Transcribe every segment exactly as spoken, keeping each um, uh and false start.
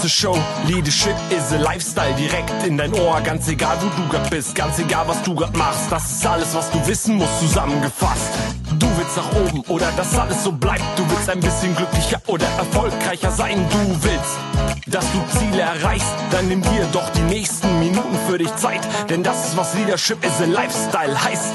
a show, Leadership is a lifestyle. Direkt in dein Ohr, ganz egal wo du grad bist, ganz egal was du grad machst. Das ist alles, was du wissen musst, zusammengefasst. Du willst nach oben oder dass alles so bleibt. Du willst ein bisschen glücklicher oder erfolgreicher sein. Du willst, dass du Ziele erreichst. Dann nimm dir doch die nächsten Minuten für dich Zeit. Denn das ist, was Leadership is a lifestyle heißt.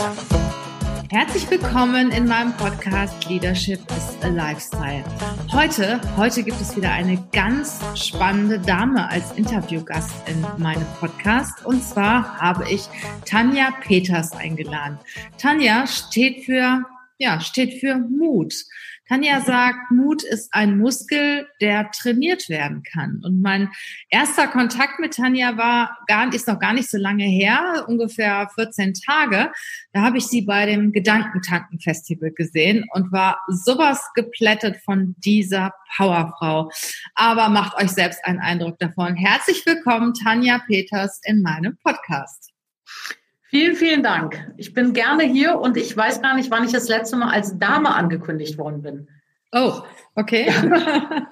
Herzlich willkommen in meinem Podcast Leadership is a Lifestyle. Heute, heute gibt es wieder eine ganz spannende Dame als Interviewgast in meinem Podcast. Und zwar habe ich Tanja Peters eingeladen. Tanja steht für, ja, steht für Mut. Tanja sagt, Mut ist ein Muskel, der trainiert werden kann. Und mein erster Kontakt mit Tanja war gar, ist noch gar nicht so lange her, ungefähr vierzehn Tage. Da habe ich sie bei dem Gedankentanken-Festival gesehen und war sowas geplättet von dieser Powerfrau. Aber macht euch selbst einen Eindruck davon. Herzlich willkommen, Tanja Peters, in meinem Podcast. Vielen, vielen Dank. Ich bin gerne hier und ich weiß gar nicht, wann ich das letzte Mal als Dame angekündigt worden bin. Oh, okay. Ja,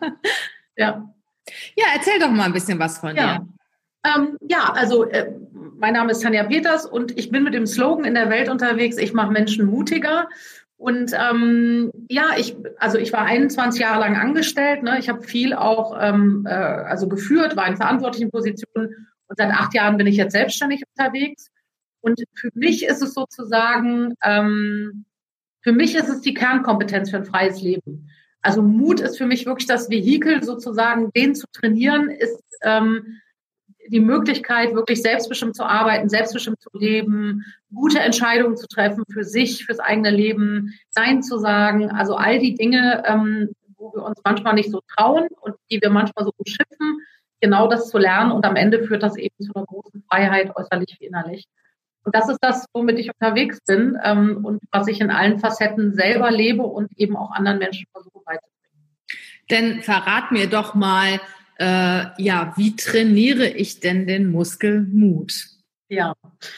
ja. Ja, erzähl doch mal ein bisschen was von ja. dir. Ähm, ja, also äh, mein Name ist Tanja Peters und ich bin mit dem Slogan in der Welt unterwegs, ich mache Menschen mutiger. Und ähm, ja, ich, also ich war einundzwanzig Jahre lang angestellt. Ne? Ich habe viel auch ähm, äh, also geführt, war in verantwortlichen Positionen und seit acht Jahren bin ich jetzt selbstständig unterwegs. Und für mich ist es sozusagen, ähm, für mich ist es die Kernkompetenz für ein freies Leben. Also Mut ist für mich wirklich das Vehikel sozusagen, den zu trainieren, ist ähm, die Möglichkeit, wirklich selbstbestimmt zu arbeiten, selbstbestimmt zu leben, gute Entscheidungen zu treffen für sich, fürs eigene Leben, Nein zu sagen. Also all die Dinge, ähm, wo wir uns manchmal nicht so trauen und die wir manchmal so umschiffen, genau das zu lernen. Und am Ende führt das eben zu einer großen Freiheit, äußerlich wie innerlich. Und das ist das, womit ich unterwegs bin ähm, und was ich in allen Facetten selber lebe und eben auch anderen Menschen versuche beizubringen. Denn verrat mir doch mal, äh, ja, wie trainiere ich denn den Muskel Mut? Ja,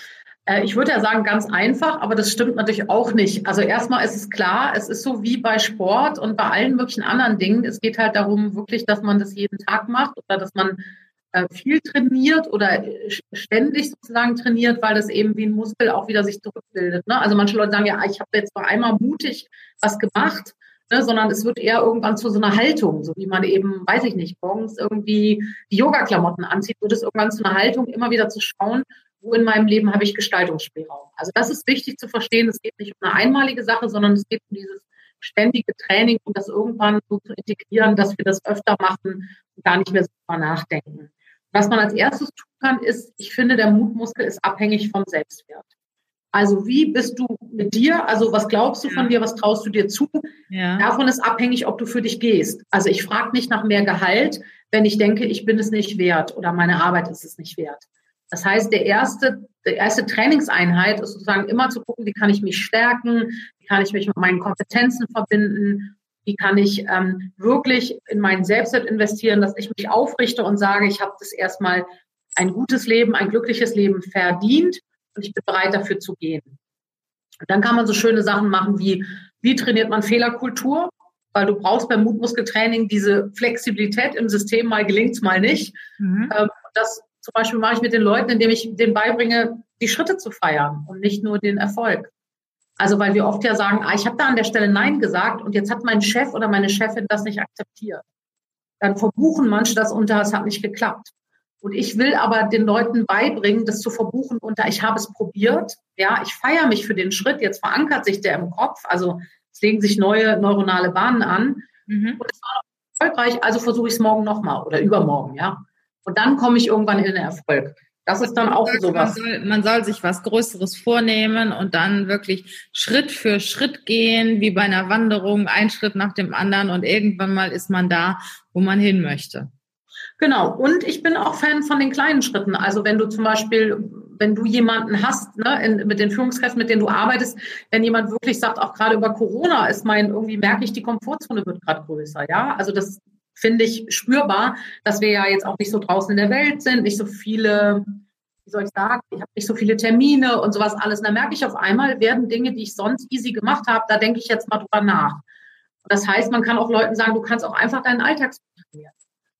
äh, ich würde ja sagen, ganz einfach, aber das stimmt natürlich auch nicht. Also erstmal ist es klar, es ist so wie bei Sport und bei allen möglichen anderen Dingen. Es geht halt darum, wirklich, dass man das jeden Tag macht oder dass man viel trainiert oder ständig sozusagen trainiert, weil das eben wie ein Muskel auch wieder sich zurückbildet. Ne? Also manche Leute sagen, ja, ich habe jetzt mal einmal mutig was gemacht, ne? Sondern es wird eher irgendwann zu so einer Haltung, so wie man eben, weiß ich nicht, morgens irgendwie die Yoga-Klamotten anzieht, wird es irgendwann zu einer Haltung, immer wieder zu schauen, wo in meinem Leben habe ich Gestaltungsspielraum. Also das ist wichtig zu verstehen, es geht nicht um eine einmalige Sache, sondern es geht um dieses ständige Training, um das irgendwann so zu integrieren, dass wir das öfter machen und gar nicht mehr so drüber nachdenken. Was man als erstes tun kann, ist, ich finde, der Mutmuskel ist abhängig vom Selbstwert. Also wie bist du mit dir? Also was glaubst du von dir? Was traust du dir zu? Ja. Davon ist abhängig, ob du für dich gehst. Also ich frage nicht nach mehr Gehalt, wenn ich denke, ich bin es nicht wert oder meine Arbeit ist es nicht wert. Das heißt, der erste, der erste Trainingseinheit ist sozusagen immer zu gucken, wie kann ich mich stärken? Wie kann ich mich mit meinen Kompetenzen verbinden? Wie kann ich ähm, wirklich in meinen Selbstwert investieren, dass ich mich aufrichte und sage, ich habe das erstmal ein gutes Leben, ein glückliches Leben verdient und ich bin bereit, dafür zu gehen. Und dann kann man so schöne Sachen machen wie, wie trainiert man Fehlerkultur? Weil du brauchst beim Mutmuskeltraining diese Flexibilität im System, mal gelingt's, mal nicht. Mhm. Ähm, das zum Beispiel mache ich mit den Leuten, indem ich denen beibringe, die Schritte zu feiern und nicht nur den Erfolg. Also weil wir oft ja sagen, ah, ich habe da an der Stelle Nein gesagt und jetzt hat mein Chef oder meine Chefin das nicht akzeptiert. Dann verbuchen manche das unter, es hat nicht geklappt. Und ich will aber den Leuten beibringen, das zu verbuchen unter, ich habe es probiert, ja, ich feiere mich für den Schritt, jetzt verankert sich der im Kopf, also es legen sich neue neuronale Bahnen an mhm. und es war noch erfolgreich, also versuche ich es morgen nochmal oder übermorgen, ja. Und dann komme ich irgendwann in den Erfolg. Das ist dann auch sowas. Man soll, man soll sich was Größeres vornehmen und dann wirklich Schritt für Schritt gehen, wie bei einer Wanderung, ein Schritt nach dem anderen und irgendwann mal ist man da, wo man hin möchte. Genau. Und ich bin auch Fan von den kleinen Schritten. Also wenn du zum Beispiel, wenn du jemanden hast, ne, in, mit den Führungskräften, mit denen du arbeitest, wenn jemand wirklich sagt, auch gerade über Corona ist mein, irgendwie merke ich, die Komfortzone wird gerade größer, ja. Also das finde ich spürbar, dass wir ja jetzt auch nicht so draußen in der Welt sind, nicht so viele, wie soll ich sagen, ich habe nicht so viele Termine und sowas alles. Und da merke ich auf einmal, werden Dinge, die ich sonst easy gemacht habe, da denke ich jetzt mal drüber nach. Das heißt, man kann auch Leuten sagen, du kannst auch einfach deinen Alltag trainieren.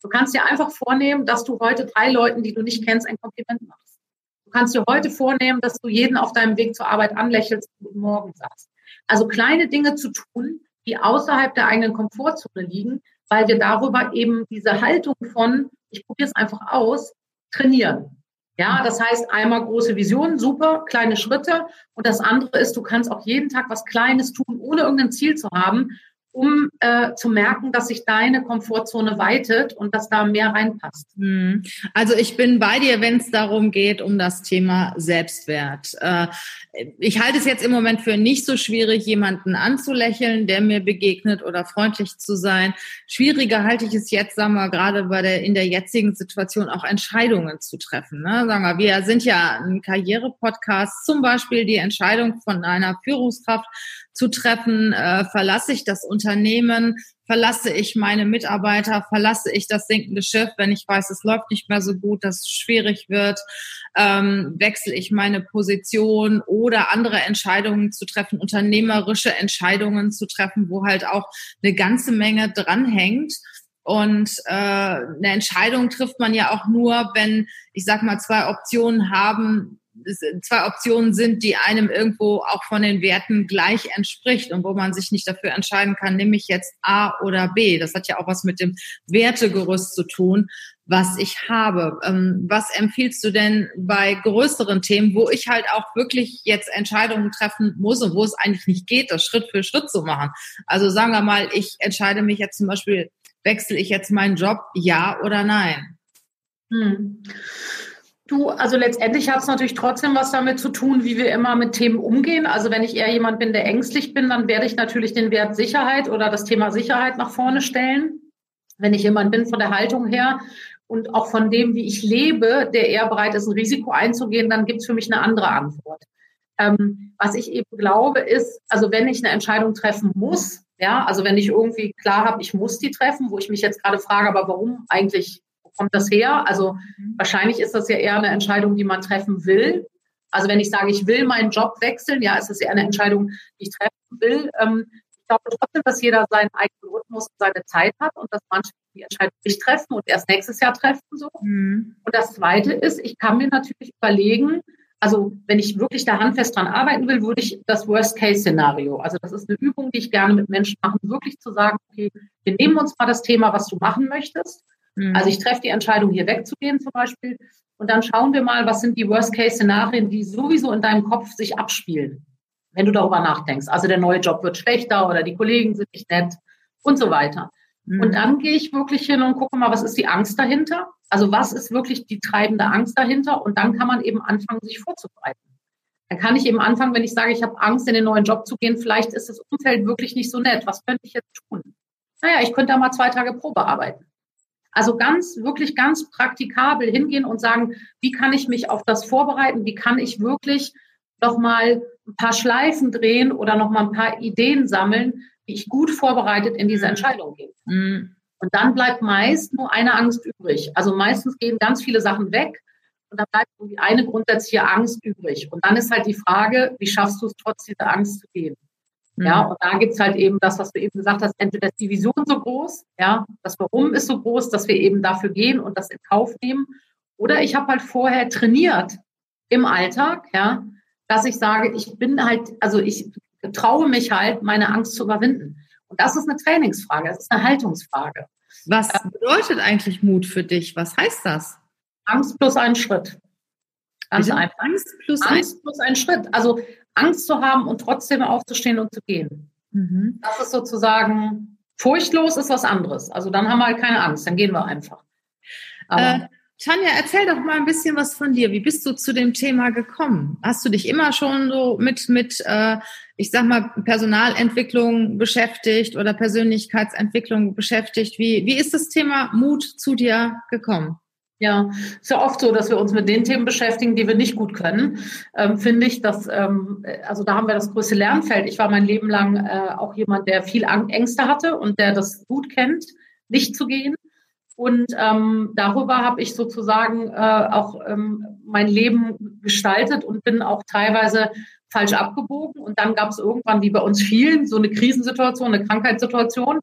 Du kannst dir einfach vornehmen, dass du heute drei Leuten, die du nicht kennst, ein Kompliment machst. Du kannst dir heute vornehmen, dass du jeden auf deinem Weg zur Arbeit anlächelst und Guten Morgen sagst. Also kleine Dinge zu tun, die außerhalb der eigenen Komfortzone liegen, weil wir darüber eben diese Haltung von, ich probiere es einfach aus, trainieren. Ja, das heißt, einmal große Visionen, super, kleine Schritte. Und das andere ist, du kannst auch jeden Tag was Kleines tun, ohne irgendein Ziel zu haben, um äh, zu merken, dass sich deine Komfortzone weitet und dass da mehr reinpasst. Also ich bin bei dir, wenn es darum geht, um das Thema Selbstwert. Äh, ich halte es jetzt im Moment für nicht so schwierig, jemanden anzulächeln, der mir begegnet oder freundlich zu sein. Schwieriger halte ich es jetzt, sagen wir, gerade bei der, in der jetzigen Situation auch Entscheidungen zu treffen. Ne? Sagen wir, wir sind ja ein Karriere-Podcast, zum Beispiel die Entscheidung von einer Führungskraft zu treffen, äh, verlasse ich das Unternehmen, verlasse ich meine Mitarbeiter, verlasse ich das sinkende Schiff, wenn ich weiß, es läuft nicht mehr so gut, dass es schwierig wird, ähm, wechsle ich meine Position oder andere Entscheidungen zu treffen, unternehmerische Entscheidungen zu treffen, wo halt auch eine ganze Menge dranhängt. Und äh, eine Entscheidung trifft man ja auch nur, wenn, ich sag mal, zwei Optionen haben, zwei Optionen sind, die einem irgendwo auch von den Werten gleich entspricht und wo man sich nicht dafür entscheiden kann, nehme ich jetzt A oder B. Das hat ja auch was mit dem Wertegerüst zu tun, was ich habe. Ähm, was empfiehlst du denn bei größeren Themen, wo ich halt auch wirklich jetzt Entscheidungen treffen muss und wo es eigentlich nicht geht, das Schritt für Schritt zu machen? Also sagen wir mal, ich entscheide mich jetzt zum Beispiel, wechsle ich jetzt meinen Job, ja oder nein? Hm. Du, also letztendlich hat es natürlich trotzdem was damit zu tun, wie wir immer mit Themen umgehen. Also wenn ich eher jemand bin, der ängstlich bin, dann werde ich natürlich den Wert Sicherheit oder das Thema Sicherheit nach vorne stellen. Wenn ich jemand bin von der Haltung her und auch von dem, wie ich lebe, der eher bereit ist, ein Risiko einzugehen, dann gibt es für mich eine andere Antwort. Ähm, was ich eben glaube ist, also wenn ich eine Entscheidung treffen muss, ja, also wenn ich irgendwie klar habe, ich muss die treffen, wo ich mich jetzt gerade frage, aber warum eigentlich? Kommt das her? Also wahrscheinlich ist das ja eher eine Entscheidung, die man treffen will. Also wenn ich sage, ich will meinen Job wechseln, ja, ist das eher eine Entscheidung, die ich treffen will. Ähm, ich glaube trotzdem, dass jeder seinen eigenen Rhythmus und seine Zeit hat und dass manche die Entscheidung nicht treffen und erst nächstes Jahr treffen. So. Mhm. Und das Zweite ist, ich kann mir natürlich überlegen, also wenn ich wirklich da handfest dran arbeiten will, würde ich das Worst-Case-Szenario, also das ist eine Übung, die ich gerne mit Menschen mache, wirklich zu sagen, okay, wir nehmen uns mal das Thema, was du machen möchtest. Also ich treffe die Entscheidung, hier wegzugehen zum Beispiel. Und dann schauen wir mal, was sind die Worst-Case-Szenarien, die sowieso in deinem Kopf sich abspielen, wenn du darüber nachdenkst. Also der neue Job wird schlechter oder die Kollegen sind nicht nett und so weiter. Mhm. Und dann gehe ich wirklich hin und gucke mal, was ist die Angst dahinter? Also was ist wirklich die treibende Angst dahinter? Und dann kann man eben anfangen, sich vorzubereiten. Dann kann ich eben anfangen, wenn ich sage, ich habe Angst, in den neuen Job zu gehen, vielleicht ist das Umfeld wirklich nicht so nett. Was könnte ich jetzt tun? Naja, ich könnte da mal zwei Tage Probe arbeiten. Also ganz, wirklich ganz praktikabel hingehen und sagen, wie kann ich mich auf das vorbereiten? Wie kann ich wirklich nochmal ein paar Schleifen drehen oder nochmal ein paar Ideen sammeln, wie ich gut vorbereitet in diese Entscheidung gehe? Mhm. Und dann bleibt meist nur eine Angst übrig. Also meistens gehen ganz viele Sachen weg und dann bleibt nur die eine grundsätzliche Angst übrig. Und dann ist halt die Frage, wie schaffst du es, trotz dieser Angst zu gehen? Ja, und da gibt's halt eben das, was du eben gesagt hast, entweder ist die Vision so groß, ja, das Warum ist so groß, dass wir eben dafür gehen und das in Kauf nehmen. Oder ich habe halt vorher trainiert im Alltag, ja, dass ich sage, ich bin halt, also ich traue mich halt, meine Angst zu überwinden. Und das ist eine Trainingsfrage, das ist eine Haltungsfrage. Was bedeutet eigentlich Mut für dich? Was heißt das? Angst plus einen Schritt. Ganz Bitte? einfach. Angst plus, Angst ein plus ein Schritt. Also Angst zu haben und trotzdem aufzustehen und zu gehen. Mhm. Das ist sozusagen, furchtlos ist was anderes. Also dann haben wir halt keine Angst, dann gehen wir einfach. Aber äh, Tanja, erzähl doch mal ein bisschen was von dir. Wie bist du zu dem Thema gekommen? Hast du dich immer schon so mit, mit äh, ich sag mal, Personalentwicklung beschäftigt oder Persönlichkeitsentwicklung beschäftigt? Wie, wie ist das Thema Mut zu dir gekommen? Ja, ist ja oft so, dass wir uns mit den Themen beschäftigen, die wir nicht gut können. Ähm, finde ich, dass, ähm, also da haben wir das größte Lernfeld. Ich war mein Leben lang äh, auch jemand, der viel Ängste hatte und der das gut kennt, nicht zu gehen. Und ähm, darüber habe ich sozusagen äh, auch ähm, mein Leben gestaltet und bin auch teilweise falsch abgebogen. Und dann gab es irgendwann, wie bei uns vielen, so eine Krisensituation, eine Krankheitssituation.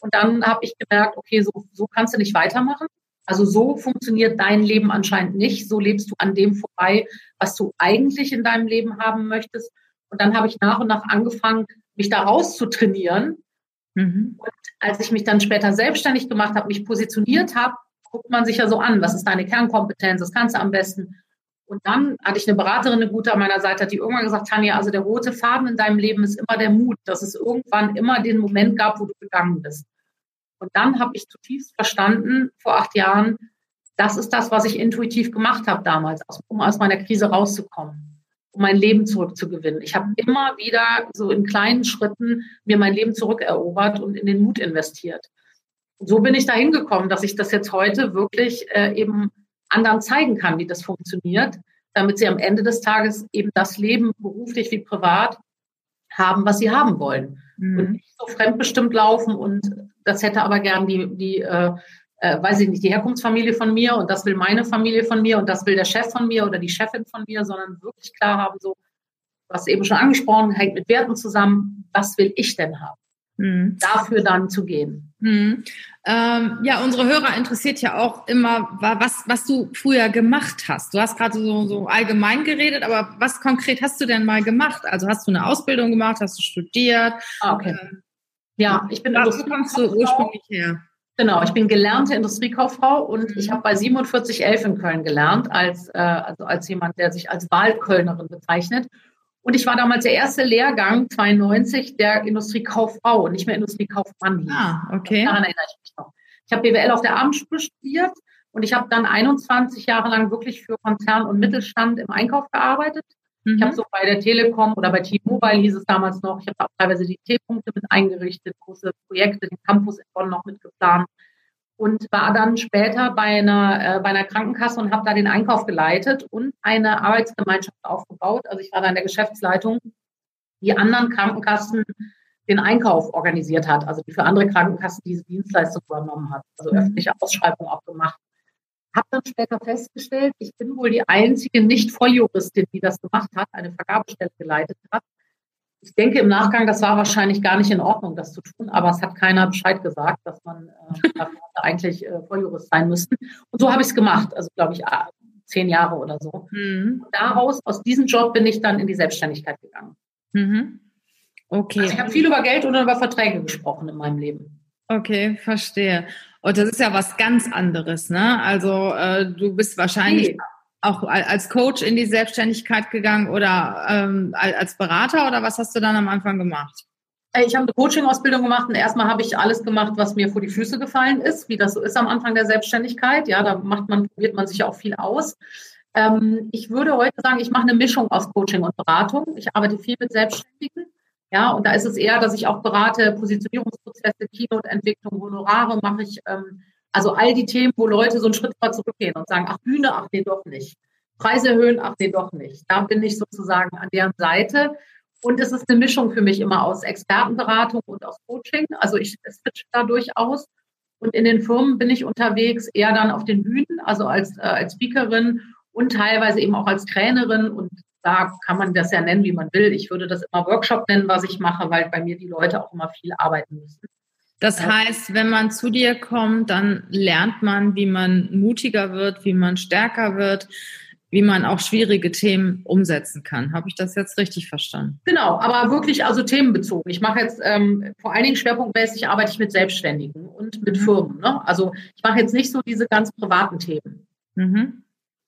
Und dann habe ich gemerkt, okay, so, so kannst du nicht weitermachen. Also so funktioniert dein Leben anscheinend nicht. So lebst du an dem vorbei, was du eigentlich in deinem Leben haben möchtest. Und dann habe ich nach und nach angefangen, mich da rauszutrainieren. Mhm. Und als ich mich dann später selbstständig gemacht habe, mich positioniert habe, guckt man sich ja so an, was ist deine Kernkompetenz, das kannst du am besten. Und dann hatte ich eine Beraterin, eine gute an meiner Seite, die irgendwann gesagt, Tanja, also der rote Faden in deinem Leben ist immer der Mut, dass es irgendwann immer den Moment gab, wo du gegangen bist. Und dann habe ich zutiefst verstanden, vor acht Jahren, das ist das, was ich intuitiv gemacht habe damals, um aus meiner Krise rauszukommen, um mein Leben zurückzugewinnen. Ich habe immer wieder so in kleinen Schritten mir mein Leben zurückerobert und in den Mut investiert. Und so bin ich dahin gekommen, dass ich das jetzt heute wirklich äh, eben anderen zeigen kann, wie das funktioniert, damit sie am Ende des Tages eben das Leben, beruflich wie privat, haben, was sie haben wollen. Mhm. Und nicht so fremdbestimmt laufen und das hätte aber gern die, die äh, äh, weiß ich nicht, die Herkunftsfamilie von mir und das will meine Familie von mir und das will der Chef von mir oder die Chefin von mir, sondern wirklich klar haben, so, was eben schon angesprochen, hängt mit Werten zusammen, was will ich denn haben? Mhm. Dafür dann zu gehen. Mhm. Ähm, ja, unsere Hörer interessiert ja auch immer, was, was du früher gemacht hast. Du hast gerade so, so allgemein geredet, aber was konkret hast du denn mal gemacht? Also hast du eine Ausbildung gemacht, hast du studiert? Ah, okay. Ähm, ja, ich bin Wo kommst du ursprünglich her? Genau, ich bin gelernte Industriekauffrau und mhm. ich habe bei siebenundvierzig elf in Köln gelernt, als, äh, also als jemand, der sich als Wahlkölnerin bezeichnet. Und ich war damals der erste Lehrgang, zweiundneunzig, der Industriekauffrau und nicht mehr Industriekaufmann hieß. Ah, okay. Daran erinnere ich mich noch. Ich habe B W L auf der Abendschule studiert und ich habe dann einundzwanzig Jahre lang wirklich für Konzern und Mittelstand im Einkauf gearbeitet. Mhm. Ich habe so bei der Telekom oder bei T-Mobile hieß es damals noch, ich habe auch teilweise die T-Punkte mit eingerichtet, große Projekte, den Campus in Bonn noch mitgeplant. Und war dann später bei einer, äh, bei einer Krankenkasse und habe da den Einkauf geleitet und eine Arbeitsgemeinschaft aufgebaut. Also ich war da in der Geschäftsleitung, die anderen Krankenkassen den Einkauf organisiert hat, also die für andere Krankenkassen diese Dienstleistung übernommen hat, also öffentliche Ausschreibungen auch gemacht. Habe dann später festgestellt, ich bin wohl die einzige Nicht-Volljuristin, die das gemacht hat, eine Vergabestelle geleitet hat. Ich denke im Nachgang, das war wahrscheinlich gar nicht in Ordnung, das zu tun, aber es hat keiner Bescheid gesagt, dass man äh, dafür eigentlich äh, Volljurist sein müsste. Und so habe ich es gemacht, also glaube ich ah, zehn Jahre oder so. Mhm. Daraus, aus diesem Job bin ich dann in die Selbstständigkeit gegangen. Mhm. Okay. Also ich habe viel über Geld und über Verträge gesprochen in meinem Leben. Okay, verstehe. Und das ist ja was ganz anderes, ne? Also äh, du bist wahrscheinlich... Nee. Auch als Coach in die Selbstständigkeit gegangen oder ähm, als Berater oder was hast du dann am Anfang gemacht? Ich habe eine Coaching-Ausbildung gemacht und erstmal habe ich alles gemacht, was mir vor die Füße gefallen ist, wie das so ist am Anfang der Selbstständigkeit. Ja, da macht man, probiert man sich auch viel aus. Ähm, ich würde heute sagen, ich mache eine Mischung aus Coaching und Beratung. Ich arbeite viel mit Selbstständigen. Ja, und da ist es eher, dass ich auch berate, Positionierungsprozesse, Keynote-Entwicklung, Honorare mache ich. Ähm, Also all die Themen, wo Leute so einen Schritt vor zurückgehen und sagen, ach Bühne, ach nee, doch nicht. Preise erhöhen, ach nee, doch nicht. Da bin ich sozusagen an deren Seite. Und es ist eine Mischung für mich immer aus Expertenberatung und aus Coaching. Also ich switche da durchaus. Und in den Firmen bin ich unterwegs, eher dann auf den Bühnen, also als, äh, als Speakerin und teilweise eben auch als Trainerin. Und da kann man das ja nennen, wie man will. Ich würde das immer Workshop nennen, was ich mache, weil bei mir die Leute auch immer viel arbeiten müssen. Das heißt, wenn man zu dir kommt, dann lernt man, wie man mutiger wird, wie man stärker wird, wie man auch schwierige Themen umsetzen kann. Habe ich das jetzt richtig verstanden? Genau, aber wirklich also themenbezogen. Ich mache jetzt ähm, vor allen Dingen schwerpunktmäßig arbeite ich mit Selbstständigen und mit Firmen. Ne? Also ich mache jetzt nicht so diese ganz privaten Themen. Mhm.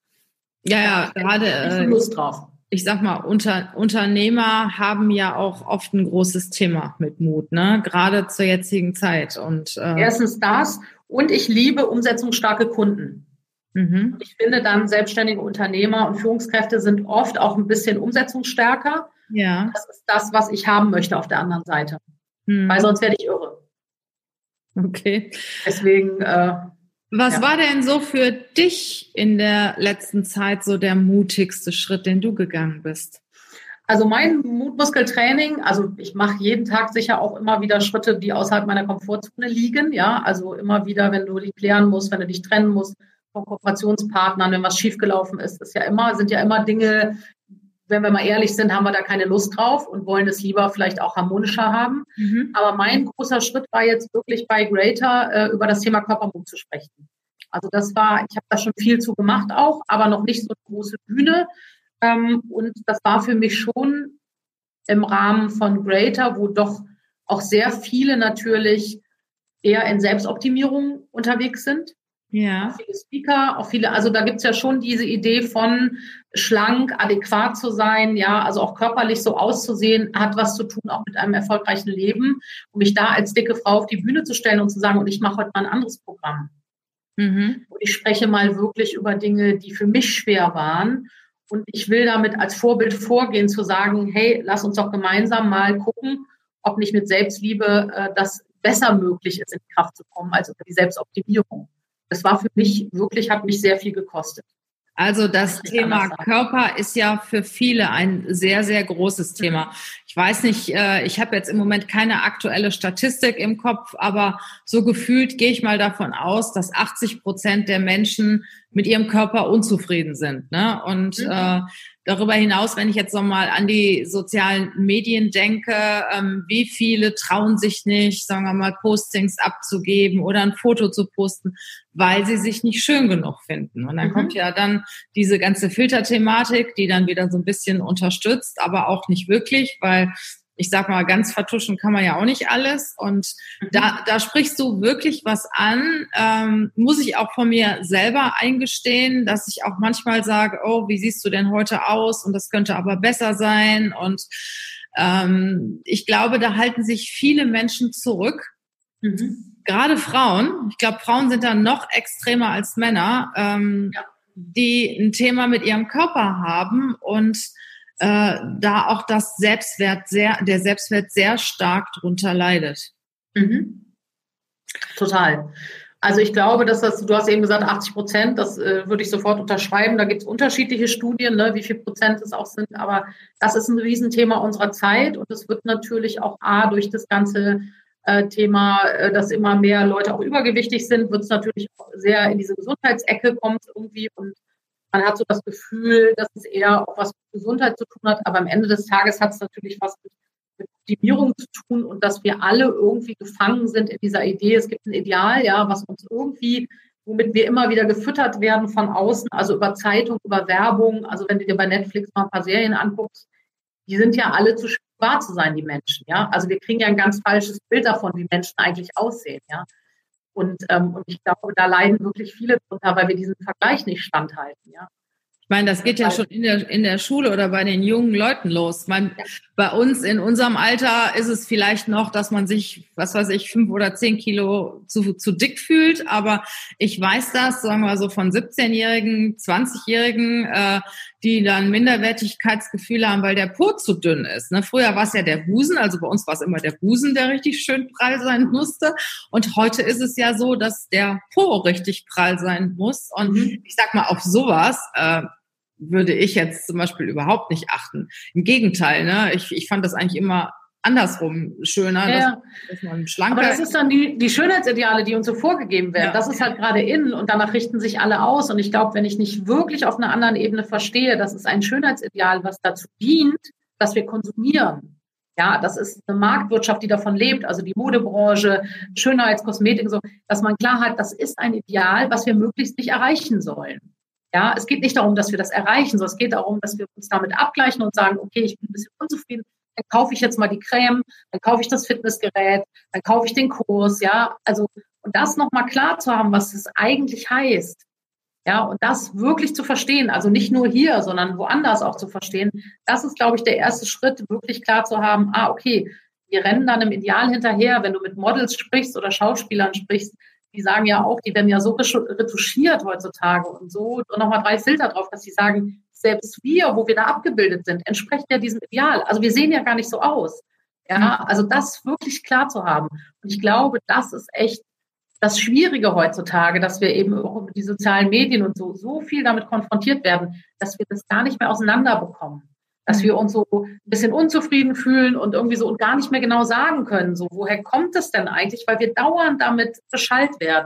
Ja, ja, da gerade. Ich habe Lust drauf. Ich sag mal, unter, Unternehmer haben ja auch oft ein großes Thema mit Mut, ne? Gerade zur jetzigen Zeit. Und äh erstens das und ich liebe umsetzungsstarke Kunden. Mhm. Ich finde dann selbstständige Unternehmer und Führungskräfte sind oft auch ein bisschen umsetzungsstärker. Ja. Das ist das, was ich haben möchte auf der anderen Seite. Mhm. Weil sonst werde ich irre. Okay. Deswegen... Äh, Was ja. war denn so für dich in der letzten Zeit so der mutigste Schritt, den du gegangen bist? Also mein Mutmuskeltraining, also ich mache jeden Tag sicher auch immer wieder Schritte, die außerhalb meiner Komfortzone liegen. Ja, also immer wieder, wenn du dich klären musst, wenn du dich trennen musst von Kooperationspartnern, wenn was schiefgelaufen ist, ist ja immer, sind ja immer Dinge, wenn wir mal ehrlich sind, haben wir da keine Lust drauf und wollen es lieber vielleicht auch harmonischer haben. Mhm. Aber mein großer Schritt war jetzt wirklich bei Greater äh, über das Thema Körpermut zu sprechen. Also das war, ich habe da schon viel zu gemacht auch, aber noch nicht so eine große Bühne. Ähm, und das war für mich schon im Rahmen von Greater, wo doch auch sehr viele natürlich eher in Selbstoptimierung unterwegs sind. Ja. Auch viele Speaker, auch viele, also da gibt's ja schon diese Idee von schlank, adäquat zu sein, ja, also auch körperlich so auszusehen, hat was zu tun auch mit einem erfolgreichen Leben. Um mich da als dicke Frau auf die Bühne zu stellen und zu sagen, und ich mache heute mal ein anderes Programm. Mhm. Und ich spreche mal wirklich über Dinge, die für mich schwer waren. Und ich will damit als Vorbild vorgehen, zu sagen, hey, lass uns doch gemeinsam mal gucken, ob nicht mit Selbstliebe äh, das besser möglich ist, in die Kraft zu kommen, als über die Selbstoptimierung. Das war für mich wirklich, hat mich sehr viel gekostet. Also das Thema Körper ist ja für viele ein sehr, sehr großes Thema. Ich weiß nicht, ich habe jetzt im Moment keine aktuelle Statistik im Kopf, aber so gefühlt gehe ich mal davon aus, dass achtzig Prozent der Menschen mit ihrem Körper unzufrieden sind, ne? Und mhm. äh, darüber hinaus, wenn ich jetzt nochmal an die sozialen Medien denke, ähm, wie viele trauen sich nicht, sagen wir mal, Postings abzugeben oder ein Foto zu posten, weil sie sich nicht schön genug finden. Und dann mhm. kommt ja dann diese ganze Filterthematik, die dann wieder so ein bisschen unterstützt, aber auch nicht wirklich, weil ich sag mal, ganz vertuschen kann man ja auch nicht alles. Und mhm. da, da sprichst du wirklich was an. Ähm, muss ich auch von mir selber eingestehen, dass ich auch manchmal sage, oh, wie siehst du denn heute aus? Und das könnte aber besser sein. Und ähm, ich glaube, da halten sich viele Menschen zurück. Mhm. Gerade Frauen. Ich glaube, Frauen sind da noch extremer als Männer, ähm, ja. die ein Thema mit ihrem Körper haben und Äh, da auch das Selbstwert sehr, der Selbstwert sehr stark drunter leidet. Mhm. Total. Also ich glaube, dass das, du hast eben gesagt, achtzig Prozent, das äh, würde ich sofort unterschreiben. Da gibt es unterschiedliche Studien, ne, wie viel Prozent es auch sind. Aber das ist ein Riesenthema unserer Zeit und es wird natürlich auch A, durch das ganze äh, Thema, äh, dass immer mehr Leute auch übergewichtig sind, wird es natürlich auch sehr in diese Gesundheitsecke kommt irgendwie und man hat so das Gefühl, dass es eher auch was mit Gesundheit zu tun hat, aber am Ende des Tages hat es natürlich was mit, mit Optimierung zu tun und dass wir alle irgendwie gefangen sind in dieser Idee. Es gibt ein Ideal, ja, was uns irgendwie, womit wir immer wieder gefüttert werden von außen, also über Zeitung, über Werbung. Also wenn du dir bei Netflix mal ein paar Serien anguckst, die sind ja alle zu schön, wahr zu sein, die Menschen, ja. Also wir kriegen ja ein ganz falsches Bild davon, wie Menschen eigentlich aussehen, ja. Und, ähm, und ich glaube, da leiden wirklich viele drunter, weil wir diesen Vergleich nicht standhalten, ja. Ich meine, das geht ja schon in der, in der Schule oder bei den jungen Leuten los. Ich meine, ja. Bei uns in unserem Alter ist es vielleicht noch, dass man sich, was weiß ich, fünf oder zehn Kilo zu, zu dick fühlt. Aber ich weiß das, sagen wir so, von siebzehnjährigen, zwanzigjährigen, äh, die dann Minderwertigkeitsgefühle haben, weil der Po zu dünn ist. Ne? Früher war es ja der Busen, also bei uns war es immer der Busen, der richtig schön prall sein musste. Und heute ist es ja so, dass der Po richtig prall sein muss. Und mhm. ich sag mal, auf sowas äh, würde ich jetzt zum Beispiel überhaupt nicht achten. Im Gegenteil, ne? ich, ich fand das eigentlich immer andersrum schöner, ja. dass, dass man schlanker... Aber das ist dann die, die Schönheitsideale, die uns so vorgegeben werden. Ja. Das ist halt gerade in und danach richten sich alle aus. Und ich glaube, wenn ich nicht wirklich auf einer anderen Ebene verstehe, das ist ein Schönheitsideal, was dazu dient, dass wir konsumieren. Ja, das ist eine Marktwirtschaft, die davon lebt, also die Modebranche, Schönheitskosmetik, so, dass man klar hat, das ist ein Ideal, was wir möglichst nicht erreichen sollen. Ja, es geht nicht darum, dass wir das erreichen, sondern es geht darum, dass wir uns damit abgleichen und sagen, okay, ich bin ein bisschen unzufrieden, dann kaufe ich jetzt mal die Creme, dann kaufe ich das Fitnessgerät, dann kaufe ich den Kurs, ja, also, und das nochmal klar zu haben, was es eigentlich heißt, ja, und das wirklich zu verstehen, also nicht nur hier, sondern woanders auch zu verstehen, das ist, glaube ich, der erste Schritt, wirklich klar zu haben, ah, okay, wir rennen dann im Ideal hinterher, wenn du mit Models sprichst oder Schauspielern sprichst, die sagen ja auch, die werden ja so retuschiert heutzutage und so und nochmal drei Filter drauf, dass sie sagen, selbst wir, wo wir da abgebildet sind, entsprechen ja diesem Ideal. Also wir sehen ja gar nicht so aus. Ja, also das wirklich klar zu haben. Und ich glaube, das ist echt das Schwierige heutzutage, dass wir eben auch über die sozialen Medien und so, so viel damit konfrontiert werden, dass wir das gar nicht mehr auseinanderbekommen. Dass wir uns so ein bisschen unzufrieden fühlen und irgendwie so und gar nicht mehr genau sagen können, so woher kommt es denn eigentlich, weil wir dauernd damit beschallt werden.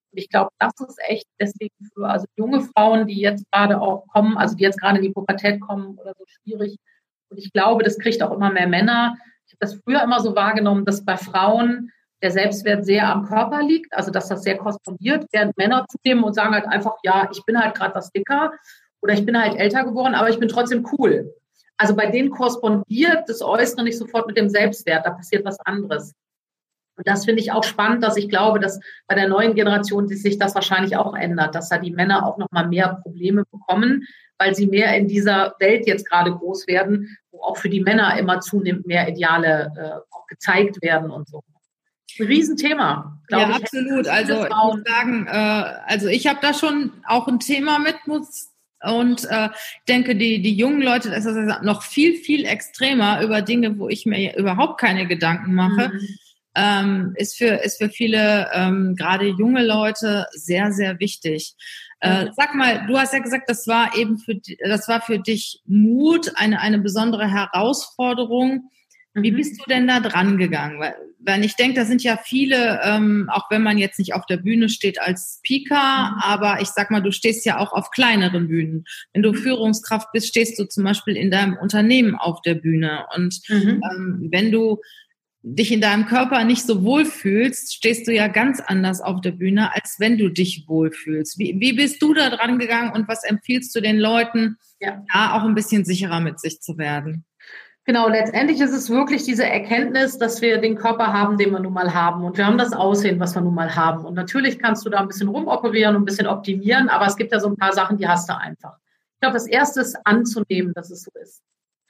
Und ich glaube, das ist echt deswegen für also junge Frauen, die jetzt gerade auch kommen, also die jetzt gerade in die Pubertät kommen oder so, schwierig. Und ich glaube, das kriegt auch immer mehr Männer. Ich habe das früher immer so wahrgenommen, dass bei Frauen der Selbstwert sehr am Körper liegt, also dass das sehr korrespondiert, während Männer zunehmen und sagen halt einfach, ja, ich bin halt gerade was dicker oder ich bin halt älter geworden, aber ich bin trotzdem cool. Also bei denen korrespondiert das Äußere nicht sofort mit dem Selbstwert, da passiert was anderes. Und das finde ich auch spannend, dass ich glaube, dass bei der neuen Generation sich das wahrscheinlich auch ändert, dass da die Männer auch noch mal mehr Probleme bekommen, weil sie mehr in dieser Welt jetzt gerade groß werden, wo auch für die Männer immer zunehmend mehr Ideale äh, auch gezeigt werden und so. Ein Riesenthema, glaube ja, ich. Absolut. Also ich muss sagen, äh, also ich habe da schon auch ein Thema mit, muss und äh, denke, die die jungen Leute, das ist noch viel, viel extremer über Dinge, wo ich mir überhaupt keine Gedanken mache. Mhm. Ähm, ist für ist für viele ähm, gerade junge Leute sehr, sehr wichtig. Äh, sag mal, du hast ja gesagt, das war eben für das war für dich Mut, eine eine besondere Herausforderung. Wie bist du denn da dran gegangen? Weil, weil ich denke, da sind ja viele, ähm, auch wenn man jetzt nicht auf der Bühne steht als Speaker, mhm. aber ich sag mal, du stehst ja auch auf kleineren Bühnen. Wenn du Führungskraft bist, stehst du zum Beispiel in deinem Unternehmen auf der Bühne. Und mhm. ähm, wenn du dich in deinem Körper nicht so wohlfühlst, stehst du ja ganz anders auf der Bühne, als wenn du dich wohlfühlst. Wie, wie bist du da dran gegangen und was empfiehlst du den Leuten, ja. da auch ein bisschen sicherer mit sich zu werden? Genau, letztendlich ist es wirklich diese Erkenntnis, dass wir den Körper haben, den wir nun mal haben. Und wir haben das Aussehen, was wir nun mal haben. Und natürlich kannst du da ein bisschen rumoperieren und ein bisschen optimieren, aber es gibt ja so ein paar Sachen, die hast du einfach. Ich glaube, das Erste ist anzunehmen, dass es so ist.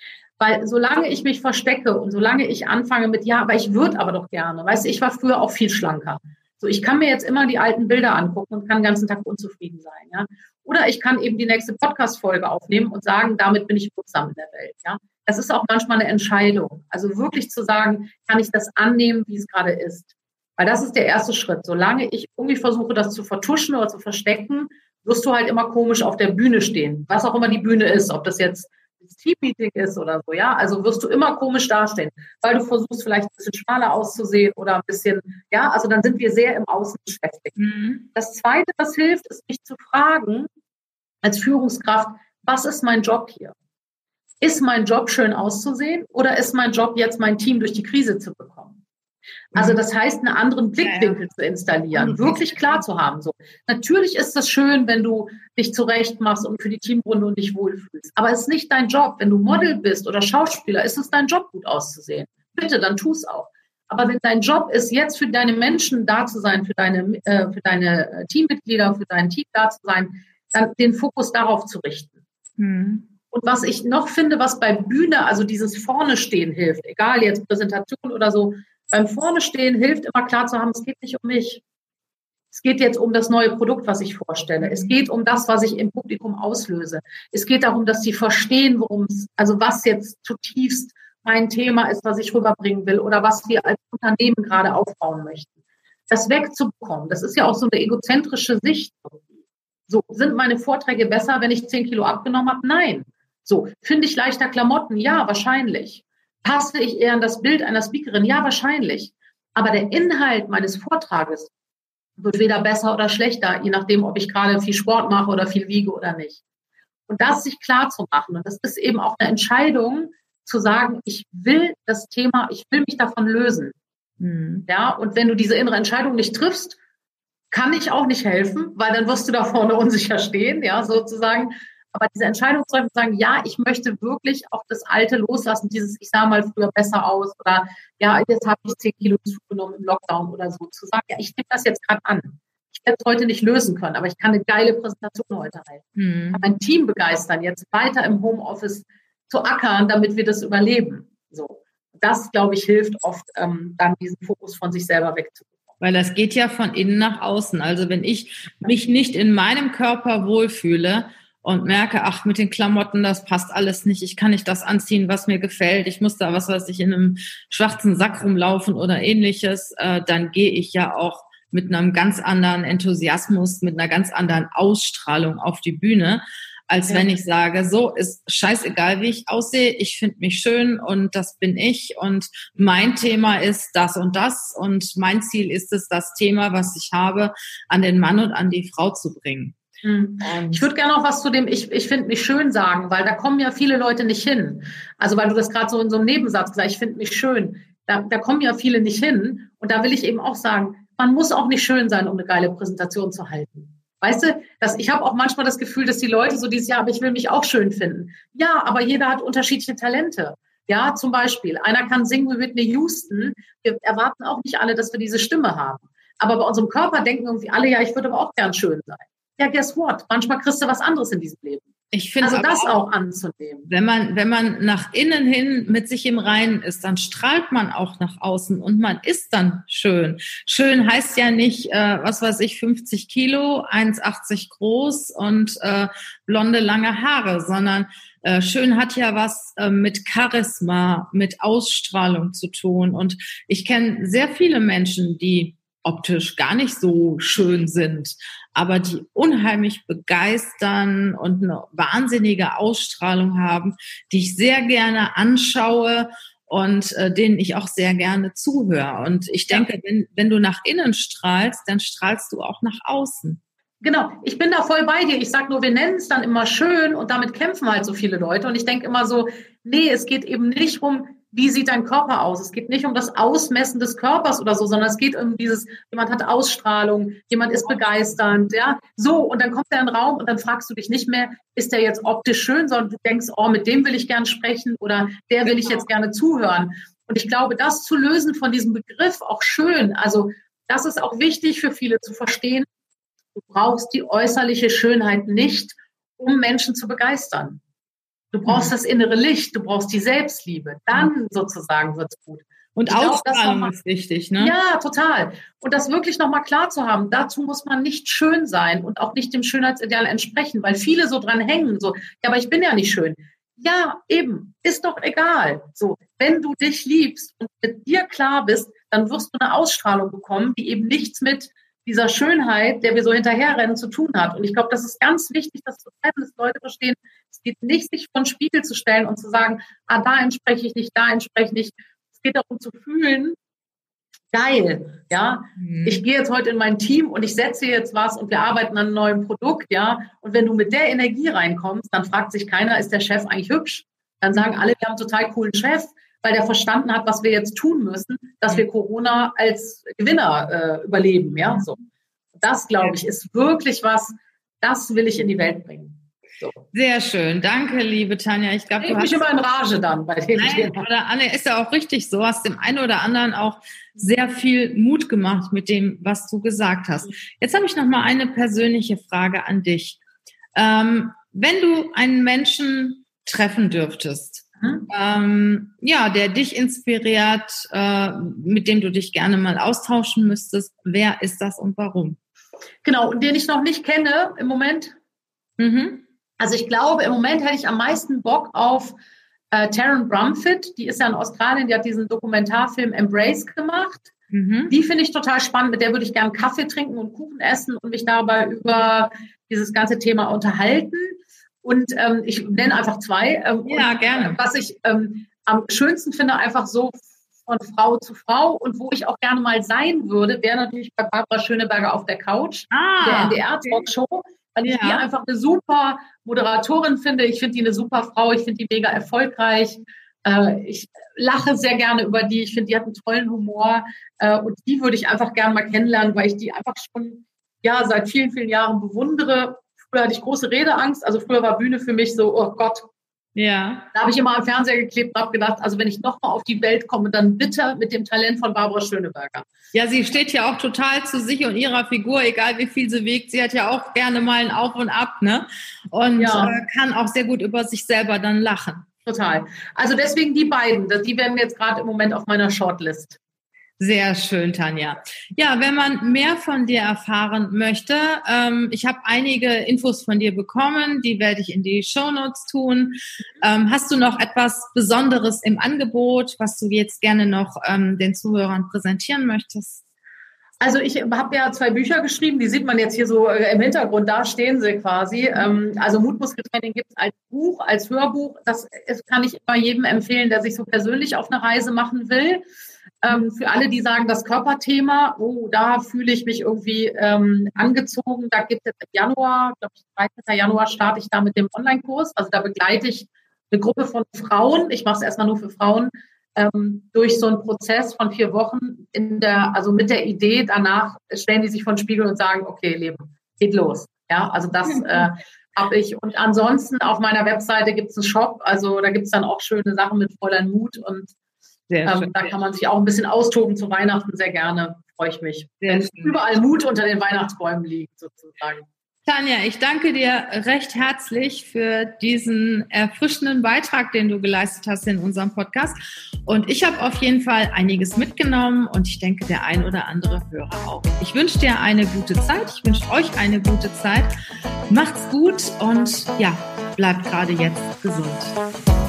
Weil solange ich mich verstecke und solange ich anfange mit, ja, aber ich würde aber doch gerne. Weißt du, ich war früher auch viel schlanker. So, ich kann mir jetzt immer die alten Bilder angucken und kann den ganzen Tag unzufrieden sein. Ja? Oder ich kann eben die nächste Podcast-Folge aufnehmen und sagen, damit bin ich wirksam in der Welt. Ja? Das ist auch manchmal eine Entscheidung. Also wirklich zu sagen, kann ich das annehmen, wie es gerade ist? Weil das ist der erste Schritt. Solange ich irgendwie versuche, das zu vertuschen oder zu verstecken, wirst du halt immer komisch auf der Bühne stehen. Was auch immer die Bühne ist, ob das jetzt das Team-Meeting ist oder so, ja. Also wirst du immer komisch dastehen, weil du versuchst, vielleicht ein bisschen schmaler auszusehen oder ein bisschen, ja, also dann sind wir sehr im Außen beschäftigt. Mhm. Das Zweite, was hilft, ist, mich zu fragen, als Führungskraft, was ist mein Job hier? Ist mein Job schön auszusehen oder ist mein Job jetzt mein Team durch die Krise zu bekommen? Also das heißt, einen anderen Blickwinkel ja, ja. zu installieren, mhm. wirklich klar zu haben. So, natürlich ist es schön, wenn du dich zurecht machst und für die Teamrunde und dich wohlfühlst. Aber es ist nicht dein Job. Wenn du Model bist oder Schauspieler, ist es dein Job, gut auszusehen. Bitte, dann tu es auch. Aber wenn dein Job ist, jetzt für deine Menschen da zu sein, für deine, äh, für deine Teammitglieder, für dein Team da zu sein, dann den Fokus darauf zu richten. Mhm. Und was ich noch finde, was bei Bühne, also dieses Vorne stehen hilft, egal jetzt Präsentation oder so, beim Vorne stehen hilft immer klar zu haben, es geht nicht um mich. Es geht jetzt um das neue Produkt, was ich vorstelle. Es geht um das, was ich im Publikum auslöse. Es geht darum, dass sie verstehen, worum es, also was jetzt zutiefst mein Thema ist, was ich rüberbringen will oder was wir als Unternehmen gerade aufbauen möchten. Das wegzubekommen, das ist ja auch so eine egozentrische Sicht. So, sind meine Vorträge besser, wenn ich zehn Kilo abgenommen habe? Nein. So, finde ich leichter Klamotten? Ja, wahrscheinlich. Passe ich eher an das Bild einer Speakerin? Ja, wahrscheinlich. Aber der Inhalt meines Vortrages wird weder besser oder schlechter, je nachdem, ob ich gerade viel Sport mache oder viel wiege oder nicht. Und das sich klar zu machen. Und das ist eben auch eine Entscheidung, zu sagen, ich will das Thema, ich will mich davon lösen. Mhm. Ja, und wenn du diese innere Entscheidung nicht triffst, kann ich auch nicht helfen, weil dann wirst du da vorne unsicher stehen, ja, sozusagen. Aber diese Entscheidung zu treffen, sagen, ja, ich möchte wirklich auch das Alte loslassen, dieses, ich sah mal früher besser aus oder ja, jetzt habe ich zehn Kilo zugenommen im Lockdown oder so, zu sagen, ja, ich nehme das jetzt gerade an. Ich werde es heute nicht lösen können, aber ich kann eine geile Präsentation heute halten. Mhm. Ich kann mein Team begeistern, jetzt weiter im Homeoffice zu ackern, damit wir das überleben. So, das, glaube ich, hilft oft, ähm, dann diesen Fokus von sich selber wegzubekommen. Weil das geht ja von innen nach außen. Also wenn ich mich nicht in meinem Körper wohlfühle und merke, ach, mit den Klamotten, das passt alles nicht, ich kann nicht das anziehen, was mir gefällt, ich muss da, was weiß ich, in einem schwarzen Sack rumlaufen oder ähnliches, äh, dann gehe ich ja auch mit einem ganz anderen Enthusiasmus, mit einer ganz anderen Ausstrahlung auf die Bühne. als ja. wenn ich sage, so ist scheißegal, wie ich aussehe, ich finde mich schön und das bin ich und mein Thema ist das und das und mein Ziel ist es, das Thema, was ich habe, an den Mann und an die Frau zu bringen. Hm. Ich würde gerne noch was zu dem Ich, ich finde mich schön sagen, weil da kommen ja viele Leute nicht hin. Also weil du das gerade so in so einem Nebensatz gesagt hast, ich finde mich schön. Da, da kommen ja viele nicht hin. Und da will ich eben auch sagen, man muss auch nicht schön sein, um eine geile Präsentation zu halten. Weißt du, dass ich habe auch manchmal das Gefühl, dass die Leute so dieses Jahr, aber ich will mich auch schön finden. Ja, aber jeder hat unterschiedliche Talente. Ja, zum Beispiel, einer kann singen wie Whitney Houston. Wir erwarten auch nicht alle, dass wir diese Stimme haben. Aber bei unserem Körper denken irgendwie alle, ja, ich würde aber auch gern schön sein. Ja, guess what? Manchmal kriegst du was anderes in diesem Leben. Ich finde also das auch, auch anzunehmen. Wenn man, wenn man nach innen hin mit sich im Reinen ist, dann strahlt man auch nach außen und man ist dann schön. Schön heißt ja nicht, äh, was weiß ich, fünfzig Kilo, eins Komma achtzig groß und äh, blonde, lange Haare, sondern äh, schön hat ja was äh, mit Charisma, mit Ausstrahlung zu tun. Und ich kenne sehr viele Menschen, die optisch gar nicht so schön sind, aber die unheimlich begeistern und eine wahnsinnige Ausstrahlung haben, die ich sehr gerne anschaue und äh, denen ich auch sehr gerne zuhöre. Und ich denke, ja. wenn, wenn du nach innen strahlst, dann strahlst du auch nach außen. Genau, ich bin da voll bei dir. Ich sage nur, wir nennen es dann immer schön und damit kämpfen halt so viele Leute. Und ich denke immer so, nee, es geht eben nicht um, wie sieht dein Körper aus? Es geht nicht um das Ausmessen des Körpers oder so, sondern es geht um dieses, jemand hat Ausstrahlung, jemand ist begeisternd, ja. So, und dann kommt er in den Raum und dann fragst du dich nicht mehr, ist der jetzt optisch schön, sondern du denkst, oh, mit dem will ich gerne sprechen oder der will ich jetzt gerne zuhören. Und ich glaube, das zu lösen von diesem Begriff auch schön, also das ist auch wichtig für viele zu verstehen. Du brauchst die äußerliche Schönheit nicht, um Menschen zu begeistern. Du brauchst das innere Licht, du brauchst die Selbstliebe. Dann sozusagen wird's gut. Und Ausstrahlung ist wichtig, ne? Ja, total. Und das wirklich nochmal klar zu haben, dazu muss man nicht schön sein und auch nicht dem Schönheitsideal entsprechen, weil viele so dran hängen, so, ja, aber ich bin ja nicht schön. Ja, eben, ist doch egal. So, wenn du dich liebst und mit dir klar bist, dann wirst du eine Ausstrahlung bekommen, die eben nichts mit dieser Schönheit, der wir so hinterherrennen, zu tun hat. Und ich glaube, das ist ganz wichtig, das zu trennen, dass Leute verstehen, es geht nicht, sich vor den Spiegel zu stellen und zu sagen, ah, da entspreche ich nicht, da entspreche ich nicht. Es geht darum zu fühlen, geil, ja. Mhm. Ich gehe jetzt heute in mein Team und ich setze jetzt was und wir arbeiten an einem neuen Produkt, ja. Und wenn du mit der Energie reinkommst, dann fragt sich keiner, ist der Chef eigentlich hübsch? Dann sagen alle, wir haben einen total coolen Chef, weil der verstanden hat, was wir jetzt tun müssen, dass wir Corona als Gewinner äh, überleben, ja. So. Das, glaube ich, ist wirklich was, das will ich in die Welt bringen. So. Sehr schön. Danke, liebe Tanja. Ich glaube, du hast mich immer in Rage dann bei dem Nein, Thema. Oder Anne, ist ja auch richtig so. Hast dem einen oder anderen auch sehr viel Mut gemacht mit dem, was du gesagt hast. Jetzt habe ich noch mal eine persönliche Frage an dich. Ähm, wenn du einen Menschen treffen dürftest, mhm. ähm, ja, der dich inspiriert, äh, mit dem du dich gerne mal austauschen müsstest, wer ist das und warum? Genau, und den ich noch nicht kenne im Moment. Mhm. Also ich glaube, im Moment hätte ich am meisten Bock auf äh, Taryn Brumfitt. Die ist ja in Australien, die hat diesen Dokumentarfilm Embrace gemacht. Mhm. Die finde ich total spannend. Mit der würde ich gerne Kaffee trinken und Kuchen essen und mich dabei über dieses ganze Thema unterhalten. Und ähm, ich nenne einfach zwei. Ähm, ja, und, gerne. Was ich ähm, am schönsten finde, einfach so von Frau zu Frau und wo ich auch gerne mal sein würde, wäre natürlich bei Barbara Schöneberger auf der Couch, ah, der N D R-Talkshow. Weil ich ja. die einfach eine super Moderatorin finde. Ich finde die eine super Frau. Ich finde die mega erfolgreich. Äh, ich lache sehr gerne über die. Ich finde, die hat einen tollen Humor. Äh, und die würde ich einfach gerne mal kennenlernen, weil ich die einfach schon ja, seit vielen, vielen Jahren bewundere. Früher hatte ich große Redeangst. Also früher war Bühne für mich so, oh Gott. Ja. Da habe ich immer am Fernseher geklebt und habe gedacht, also wenn ich nochmal auf die Welt komme, dann bitte mit dem Talent von Barbara Schöneberger. Ja, sie steht ja auch total zu sich und ihrer Figur, egal wie viel sie wiegt. Sie hat ja auch gerne mal ein Auf und Ab, ne? Und ja. äh, kann auch sehr gut über sich selber dann lachen. Total. Also deswegen die beiden, die werden jetzt gerade im Moment auf meiner Shortlist. Sehr schön, Tanja. Ja, wenn man mehr von dir erfahren möchte, ähm, ich habe einige Infos von dir bekommen, die werde ich in die Shownotes tun. Ähm, hast du noch etwas Besonderes im Angebot, was du jetzt gerne noch ähm, den Zuhörern präsentieren möchtest? Also ich habe ja zwei Bücher geschrieben, die sieht man jetzt hier so im Hintergrund, da stehen sie quasi. Also Mutmuskeltraining gibt es als Buch, als Hörbuch. Das kann ich immer jedem empfehlen, der sich so persönlich auf eine Reise machen will. Für alle, die sagen, das Körperthema, oh, da fühle ich mich irgendwie ähm, angezogen. Da gibt es im Januar, glaube ich, dreizehnten Januar starte ich da mit dem Online-Kurs. Also da begleite ich eine Gruppe von Frauen. Ich mache es erstmal nur für Frauen. Durch so einen Prozess von vier Wochen in der, also mit der Idee, danach stellen die sich vor den Spiegel und sagen, okay, Leben, geht los. Ja, also das äh, habe ich. Und ansonsten auf meiner Webseite gibt es einen Shop, also da gibt es dann auch schöne Sachen mit Fräulein Mut und ähm, da kann man sich auch ein bisschen austoben zu Weihnachten, sehr gerne, freue ich mich. Wenn überall Mut unter den Weihnachtsbäumen liegt, sozusagen. Tanja, ich danke dir recht herzlich für diesen erfrischenden Beitrag, den du geleistet hast in unserem Podcast. Und ich habe auf jeden Fall einiges mitgenommen und ich denke, der ein oder andere Hörer auch. Ich wünsche dir eine gute Zeit. Ich wünsche euch eine gute Zeit. Macht's gut und ja, bleibt gerade jetzt gesund.